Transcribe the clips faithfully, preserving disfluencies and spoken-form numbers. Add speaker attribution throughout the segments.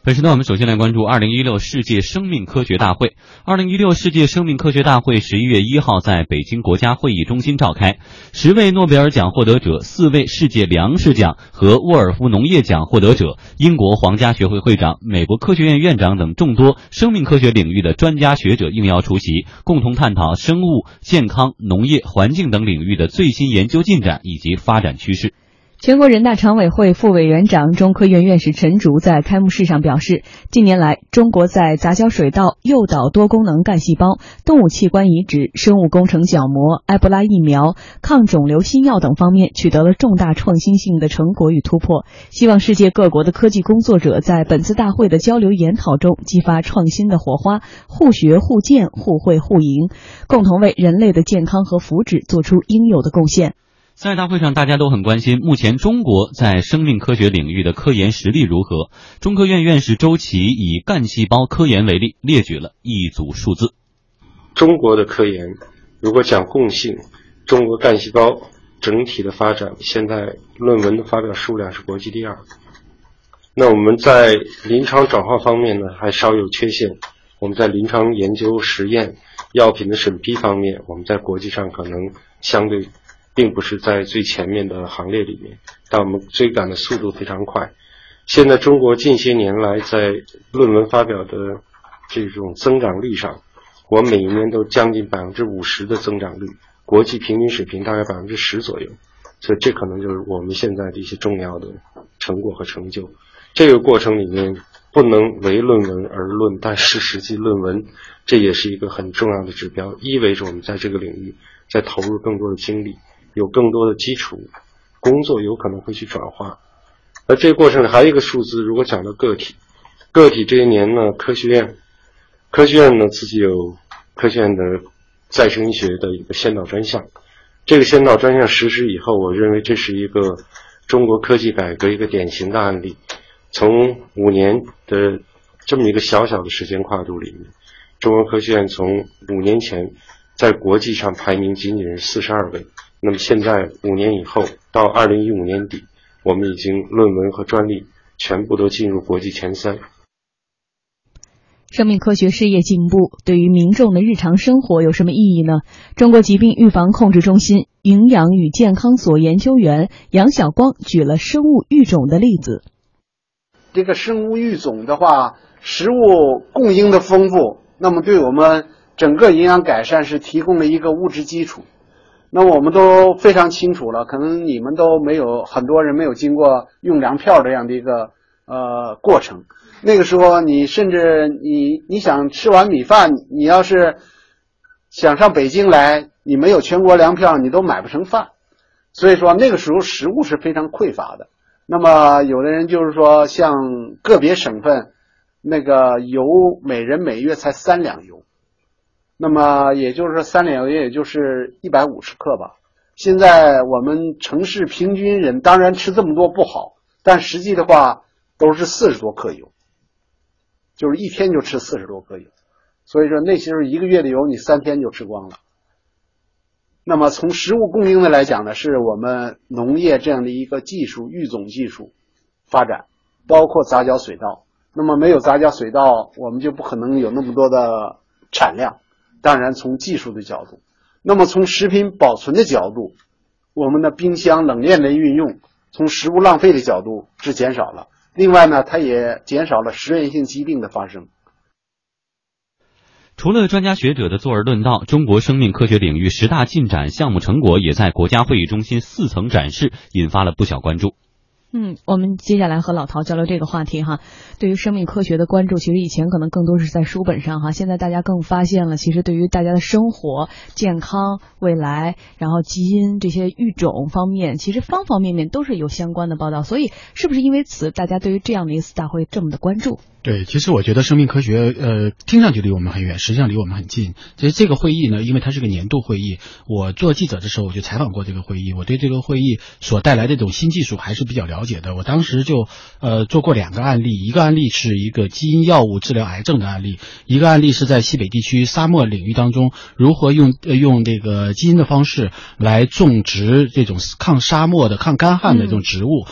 Speaker 1: 本时段我们首先来关注二零一六世界生命科学大会。二零一六世界生命科学大会十一月一号在北京国家会议中心召开，十位诺贝尔奖获得者、四位世界粮食奖和沃尔夫农业奖获得者、英国皇家学会会长、美国科学院院长等众多生命科学领域的专家学者应邀出席，共同探讨生物、健康、农业、环境等领域的最新研究进展以及发展趋势。
Speaker 2: 全国人大常委会副委员长、中科院院士陈竺在开幕式上表示，近年来中国在杂交水稻、诱导多功能干细胞、动物器官移植、生物工程角膜、埃博拉疫苗、抗肿瘤新药等方面取得了重大创新性的成果与突破，希望世界各国的科技工作者在本次大会的交流研讨中激发创新的火花，互学互鉴、互惠互赢，共同为人类的健康和福祉做出应有的贡献。
Speaker 1: 在大会上，大家都很关心目前中国在生命科学领域的科研实力如何。中科院院士周琦以干细胞科研为例，列举了一组数字。
Speaker 3: 中国的科研如果讲共性，中国干细胞整体的发展，现在论文的发表数量是国际第二。那我们在临床转化方面呢，还稍有缺陷。我们在临床研究实验、药品的审批方面，我们在国际上可能相对并不是在最前面的行列里面，但我们追赶的速度非常快。现在中国近些年来在论文发表的这种增长率上，我们每一年都将近百分之五十的增长率，国际平均水平大概百分之十左右，所以这可能就是我们现在的一些重要的成果和成就。这个过程里面不能唯论文而论，但是实际论文这也是一个很重要的指标，意味着我们在这个领域在投入更多的精力，有更多的基础工作有可能会去转化。而这个过程里还有一个数字，如果讲到个体，个体这一年呢，科学院科学院呢自己有科学院的再生医学的一个先导专项，这个先导专项实施以后，我认为这是一个中国科技改革一个典型的案例。从五年的这么一个小小的时间跨度里面，中国科学院从五年前在国际上排名仅仅是四十二位，那么现在五年以后到二零一五年底，我们已经论文和专利全部都进入国际前三。
Speaker 2: 生命科学事业进步对于民众的日常生活有什么意义呢？中国疾病预防控制中心营养与健康所研究员杨晓光举了生物育种的例子。
Speaker 4: 这个生物育种的话，食物供应的丰富，那么对我们整个营养改善是提供了一个物质基础。那么我们都非常清楚了，可能你们都没有，很多人没有经过用粮票这样的一个呃过程。那个时候你甚至你你想吃完米饭，你要是想上北京来，你没有全国粮票，你都买不成饭。所以说那个时候食物是非常匮乏的。那么有的人就是说，像个别省份那个油每人每月才三两油，那么也就是说三两油也就是一百五十克吧。现在我们城市平均人当然吃这么多不好，但实际的话都是四十多克油，就是一天就吃四十多克油，所以说那时候一个月的油你三天就吃光了。那么从食物供应的来讲呢，是我们农业这样的一个技术育种技术发展，包括杂交水稻。那么没有杂交水稻，我们就不可能有那么多的产量。当然从技术的角度，那么从食品保存的角度，我们的冰箱冷链的运用，从食物浪费的角度是减少了。另外呢，它也减少了食源性疾病的发生。
Speaker 1: 除了专家学者的坐而论道，中国生命科学领域十大进展项目成果也在国家会议中心四层展示，引发了不小关注。
Speaker 2: 嗯，我们接下来和老陶交流这个话题哈。对于生命科学的关注，其实以前可能更多是在书本上哈，现在大家更发现了，其实对于大家的生活、健康、未来，然后基因这些育种方面，其实方方面面都是有相关的报道。所以，是不是因为此，大家对于这样的一次大会这么的关注？
Speaker 5: 对，其实我觉得生命科学呃听上去离我们很远，实际上离我们很近。其实这个会议呢，因为它是个年度会议，我做记者的时候我就采访过这个会议，我对这个会议所带来的这种新技术还是比较了解的。我当时就呃做过两个案例，一个案例是一个基因药物治疗癌症的案例，一个案例是在西北地区沙漠领域当中如何用呃用这个基因的方式来种植这种抗沙漠的、抗干旱的这种植物。嗯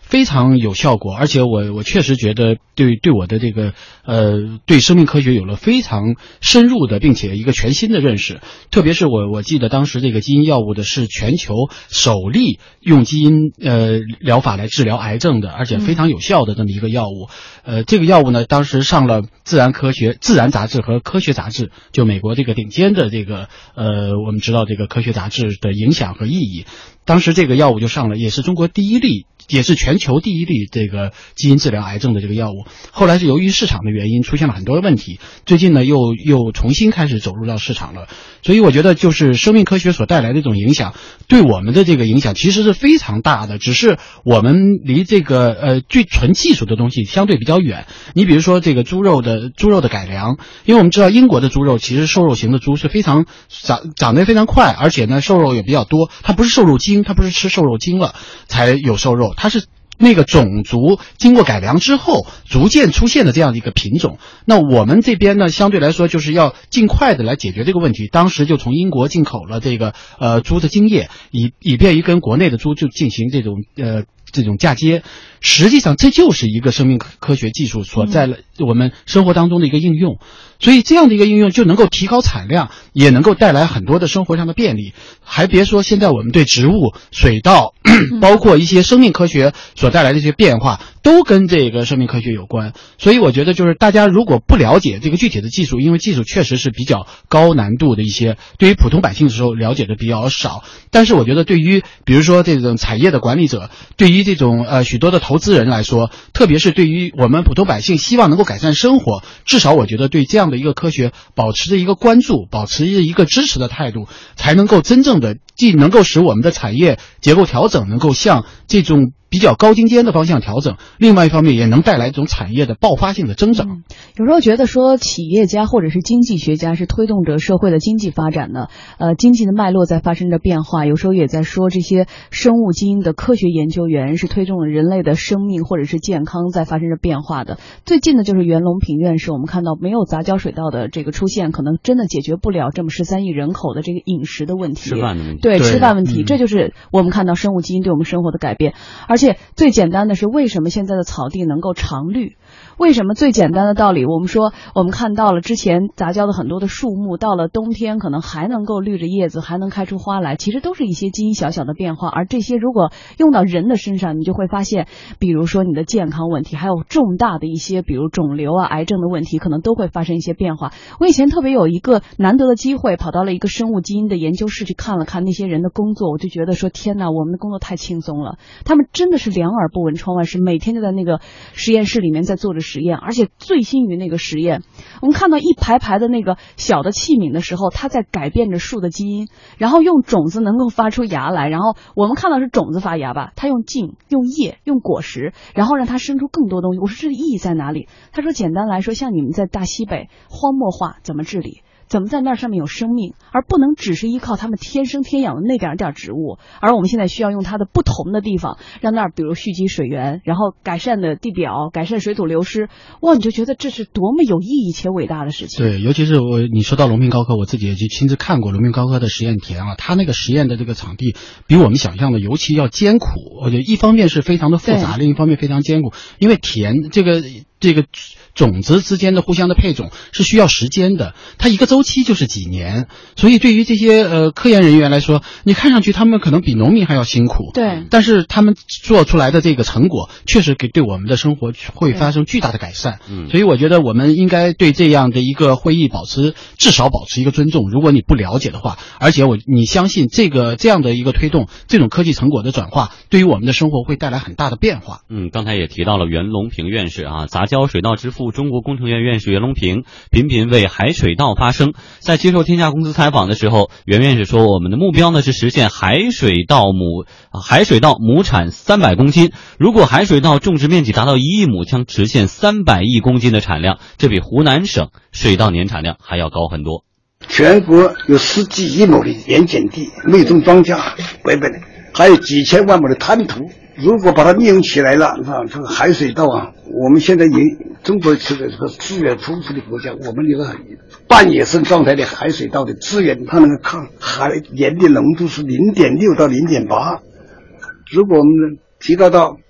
Speaker 5: 非常有效果，而且我我确实觉得对对我的这个呃对生命科学有了非常深入的并且一个全新的认识。特别是我我记得当时这个基因药物的是全球首例用基因呃疗法来治疗癌症的，而且非常有效的这么一个药物。呃，这个药物呢，当时上了《自然科学》《自然》杂志和《科学》杂志，就美国这个顶尖的这个呃，我们知道这个科学杂志的影响和意义。当时这个药物就上了，也是中国第一例，也是全球第一例这个基因治疗癌症的这个药物。后来是由于市场的原因出现了很多问题，最近呢又又重新开始走入到市场了。所以我觉得就是生命科学所带来的这种影响，对我们的这个影响其实是非常大的，只是我们离这个呃最纯技术的东西相对比较远。你比如说这个猪肉的猪肉的改良，因为我们知道英国的猪肉其实瘦肉型的猪是非常长长得非常快，而且呢瘦肉也比较多，它不是瘦肉精，它不是吃瘦肉精了才有瘦肉，它是那个种族经过改良之后逐渐出现的这样的一个品种。那我们这边呢相对来说就是要尽快的来解决这个问题，当时就从英国进口了这个呃猪的精液，以以便于跟国内的猪就进行这种呃这种嫁接。实际上这就是一个生命科学技术所在我们生活当中的一个应用，所以这样的一个应用就能够提高产量，也能够带来很多的生活上的便利。还别说现在我们对植物、水稻包括一些生命科学所带来的一些变化都跟这个生命科学有关。所以我觉得就是大家如果不了解这个具体的技术，因为技术确实是比较高难度的一些，对于普通百姓的时候了解的比较少，但是我觉得对于比如说这种产业的管理者，对于这种呃许多的投资人来说，特别是对于我们普通百姓希望能够改善生活，至少我觉得对这样的一个科学保持着一个关注，保持着一个支持的态度，才能够真正的既能够使我们的产业结构调整能够向这种比较高精尖的方向调整，另外一方面也能带来这种产业的爆发性的增长。
Speaker 2: 嗯、有时候觉得说企业家或者是经济学家是推动着社会的经济发展的，呃，经济的脉络在发生着变化，有时候也在说这些生物基因的科学研究员是推动了人类的生命或者是健康在发生着变化的。最近的就是袁隆平院士，我们看到没有杂交水稻的这个出现，可能真的解决不了这么十三亿人口的这个饮食的问题，
Speaker 1: 吃饭的问题，
Speaker 2: 对，吃饭问题、
Speaker 5: 嗯，
Speaker 2: 这就是我们看到生物基因对我们生活的改变。而且最简单的是，为什么现在的草地能够常绿？为什么最简单的道理，我们说我们看到了之前杂交的很多的树木，到了冬天可能还能够绿着叶子，还能开出花来，其实都是一些基因小小的变化。而这些如果用到人的身上，你就会发现，比如说你的健康问题，还有重大的一些比如肿瘤啊、癌症的问题，可能都会发生一些变化。我以前特别有一个难得的机会，跑到了一个生物基因的研究室去看了看那些人的工作，我就觉得说天哪，我们的工作太轻松了，他们真的是两耳不闻窗外事，每天就在那个实验室里面在做着实验，而且醉心于那个实验。我们看到一排排的那个小的器皿的时候，它在改变着树的基因，然后用种子能够发出芽来，然后我们看到是种子发芽吧，它用茎、用叶、用果实，然后让它生出更多东西。我说这意义在哪里？他说简单来说，像你们在大西北荒漠化怎么治理？怎么在那上面有生命，而不能只是依靠他们天生天养的那点点植物，而我们现在需要用它的不同的地方，让那儿比如蓄积水源，然后改善的地表，改善水土流失。哇，你就觉得这是多么有意义且伟大的事情。
Speaker 5: 对，尤其是我你说到隆平高科，我自己也去亲自看过隆平高科的实验田啊，他那个实验的这个场地比我们想象的尤其要艰苦。我觉得一方面是非常的复杂，另一方面非常艰苦，因为田这个这个种子之间的互相的配种是需要时间的，它一个周期就是几年，所以对于这些呃科研人员来说，你看上去他们可能比农民还要辛苦，
Speaker 2: 对，
Speaker 5: 但是他们做出来的这个成果确实给对我们的生活会发生巨大的改善。
Speaker 1: 嗯，
Speaker 5: 所以我觉得我们应该对这样的一个会议保持至少保持一个尊重。如果你不了解的话，而且我你相信这个这样的一个推动，这种科技成果的转化，对于我们的生活会带来很大的变化。
Speaker 1: 嗯，刚才也提到了袁隆平院士啊，杂交水稻之父、中国工程院院士袁隆平频频为海水稻发声。在接受天下公司采访的时候，袁院士说，我们的目标呢是实现海水稻亩海水稻亩产三百公斤，如果海水稻种植面积达到一亿亩，将实现三百亿公斤的产量，这比湖南省水稻年产量还要高很多。
Speaker 6: 全国有十几亿亩的盐碱地没种庄稼，白白的，还有几千万亩的滩涂，如果把它利用起来了，这个海水稻啊，我们现在也中国是个这个资源丰富的国家，我们这个半野生状态的海水稻的资源，它那个抗海盐的浓度是零点六到零点八，如果我们提高到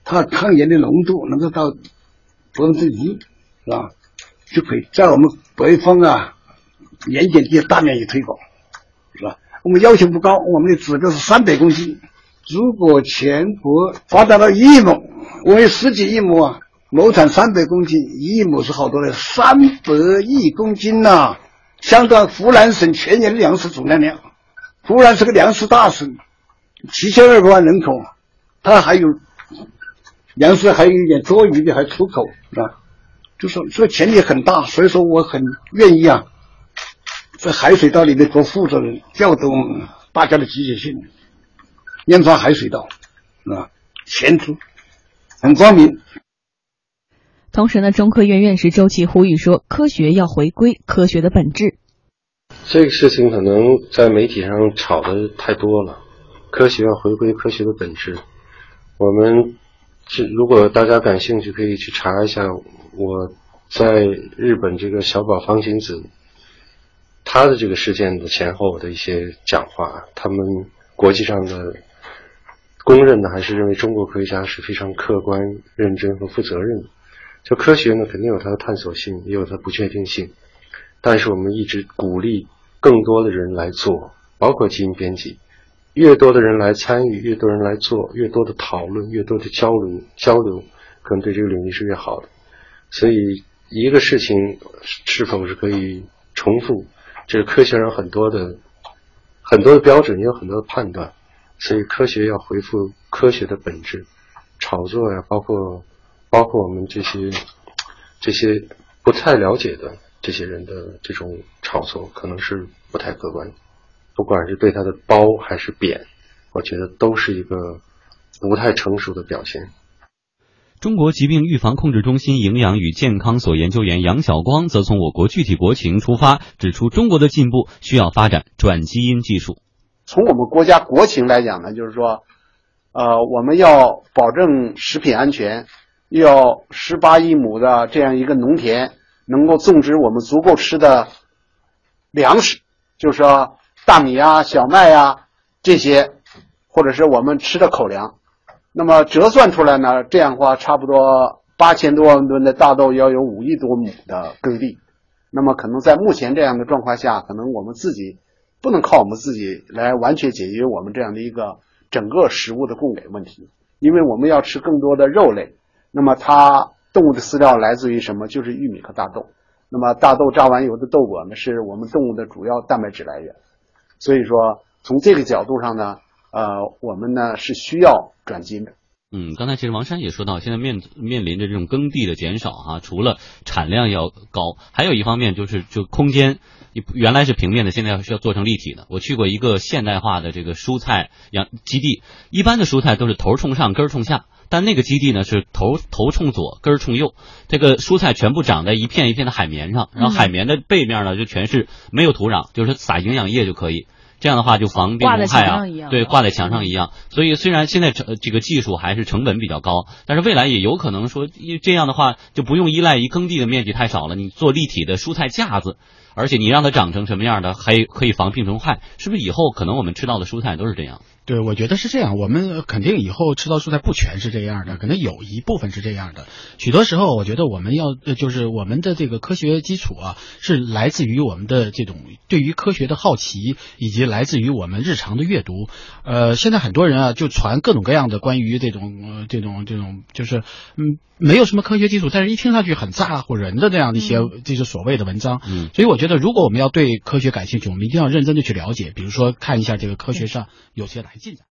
Speaker 6: 它抗盐的浓度能够到百分之一，是吧？就可以在我们北方啊盐碱地大面积推广，是吧？我们要求不高，我们的指标是三百公斤。如果全国发展到一亿亩，我们有十几亿亩啊，亩产三百公斤，一亿亩是好多的，三百亿公斤呐、啊，相当湖南省全年的粮食总量量。湖南是个粮食大省，七千二百万人口，它还有粮食还有一点多余的还出口，是吧？就说这个潜力很大，所以说我很愿意啊，在海水道里面做负责人，调动大家的积极性，研发海水道，啊，前途很光明。
Speaker 2: 同时呢，中科院院士周琦呼吁说，科学要回归科学的本质。
Speaker 3: 这个事情可能在媒体上炒的太多了，科学要回归科学的本质。我们如果大家感兴趣，可以去查一下我在日本这个小岛方晴子他的这个事件的前后的一些讲话，他们国际上的公认的还是认为中国科学家是非常客观、认真和负责任的。就科学呢，肯定有它的探索性，也有它不确定性，但是我们一直鼓励更多的人来做，包括基因编辑，越多的人来参与，越多人来做，越多的讨论，越多的交流交流，可能对这个领域是越好的。所以一个事情是否是可以重复，这是科学上很多的很多的标准，也有很多的判断。所以科学要回复科学的本质，炒作呀，包括包括我们这些这些不太了解的这些人的这种炒作，可能是不太客观的。不管是对它的褒还是贬，我觉得都是一个不太成熟的表现。
Speaker 1: 中国疾病预防控制中心营养与健康所研究员杨晓光则从我国具体国情出发，指出中国的进步需要发展转基因技术。
Speaker 4: 从我们国家国情来讲呢，就是说，呃，我们要保证食品安全，要十八亿亩的这样一个农田能够种植我们足够吃的粮食，就是说大米啊、小麦啊这些，或者是我们吃的口粮。那么折算出来呢，这样的话差不多八千多万吨的大豆要有五亿多亩的耕地。那么可能在目前这样的状况下，可能我们自己不能靠我们自己来完全解决我们这样的一个整个食物的供给问题，因为我们要吃更多的肉类。那么它动物的饲料来自于什么？就是玉米和大豆。那么大豆榨完油的豆果呢，是我们动物的主要蛋白质来源。所以说从这个角度上呢，呃，我们呢是需要转基因的。
Speaker 1: 嗯，刚才其实王珊也说到，现在面面临着这种耕地的减少哈、啊，除了产量要高，还有一方面就是就空间，原来是平面的，现在需要做成立体的。我去过一个现代化的这个蔬菜养基地，一般的蔬菜都是头冲上根冲下，但那个基地呢是头头冲左根冲右，这个蔬菜全部长在一片一片的海绵上，然后海绵的背面呢就全是没有土壤，就是撒营养液就可以。这样的话就防病虫害啊，对，挂在墙上一样。所以虽然现在这个技术还是成本比较高，但是未来也有可能说这样的话就不用依赖于耕地的面积太少了，你做立体的蔬菜架子，而且你让它长成什么样的，还可以防病虫害，是不是以后可能我们吃到的蔬菜都是这样？
Speaker 5: 对，我觉得是这样。我们肯定以后吃到蔬菜不全是这样的，可能有一部分是这样的。许多时候，我觉得我们要就是我们的这个科学基础啊，是来自于我们的这种对于科学的好奇，以及来自于我们日常的阅读。呃，现在很多人啊，就传各种各样的关于这种呃这种这种就是嗯没有什么科学基础，但是一听上去很咋唬人的这样的一些这些所谓的文章。嗯，所以我觉得，如果我们要对科学感兴趣，我们一定要认真的去了解，比如说看一下这个科学上有些哪些进展。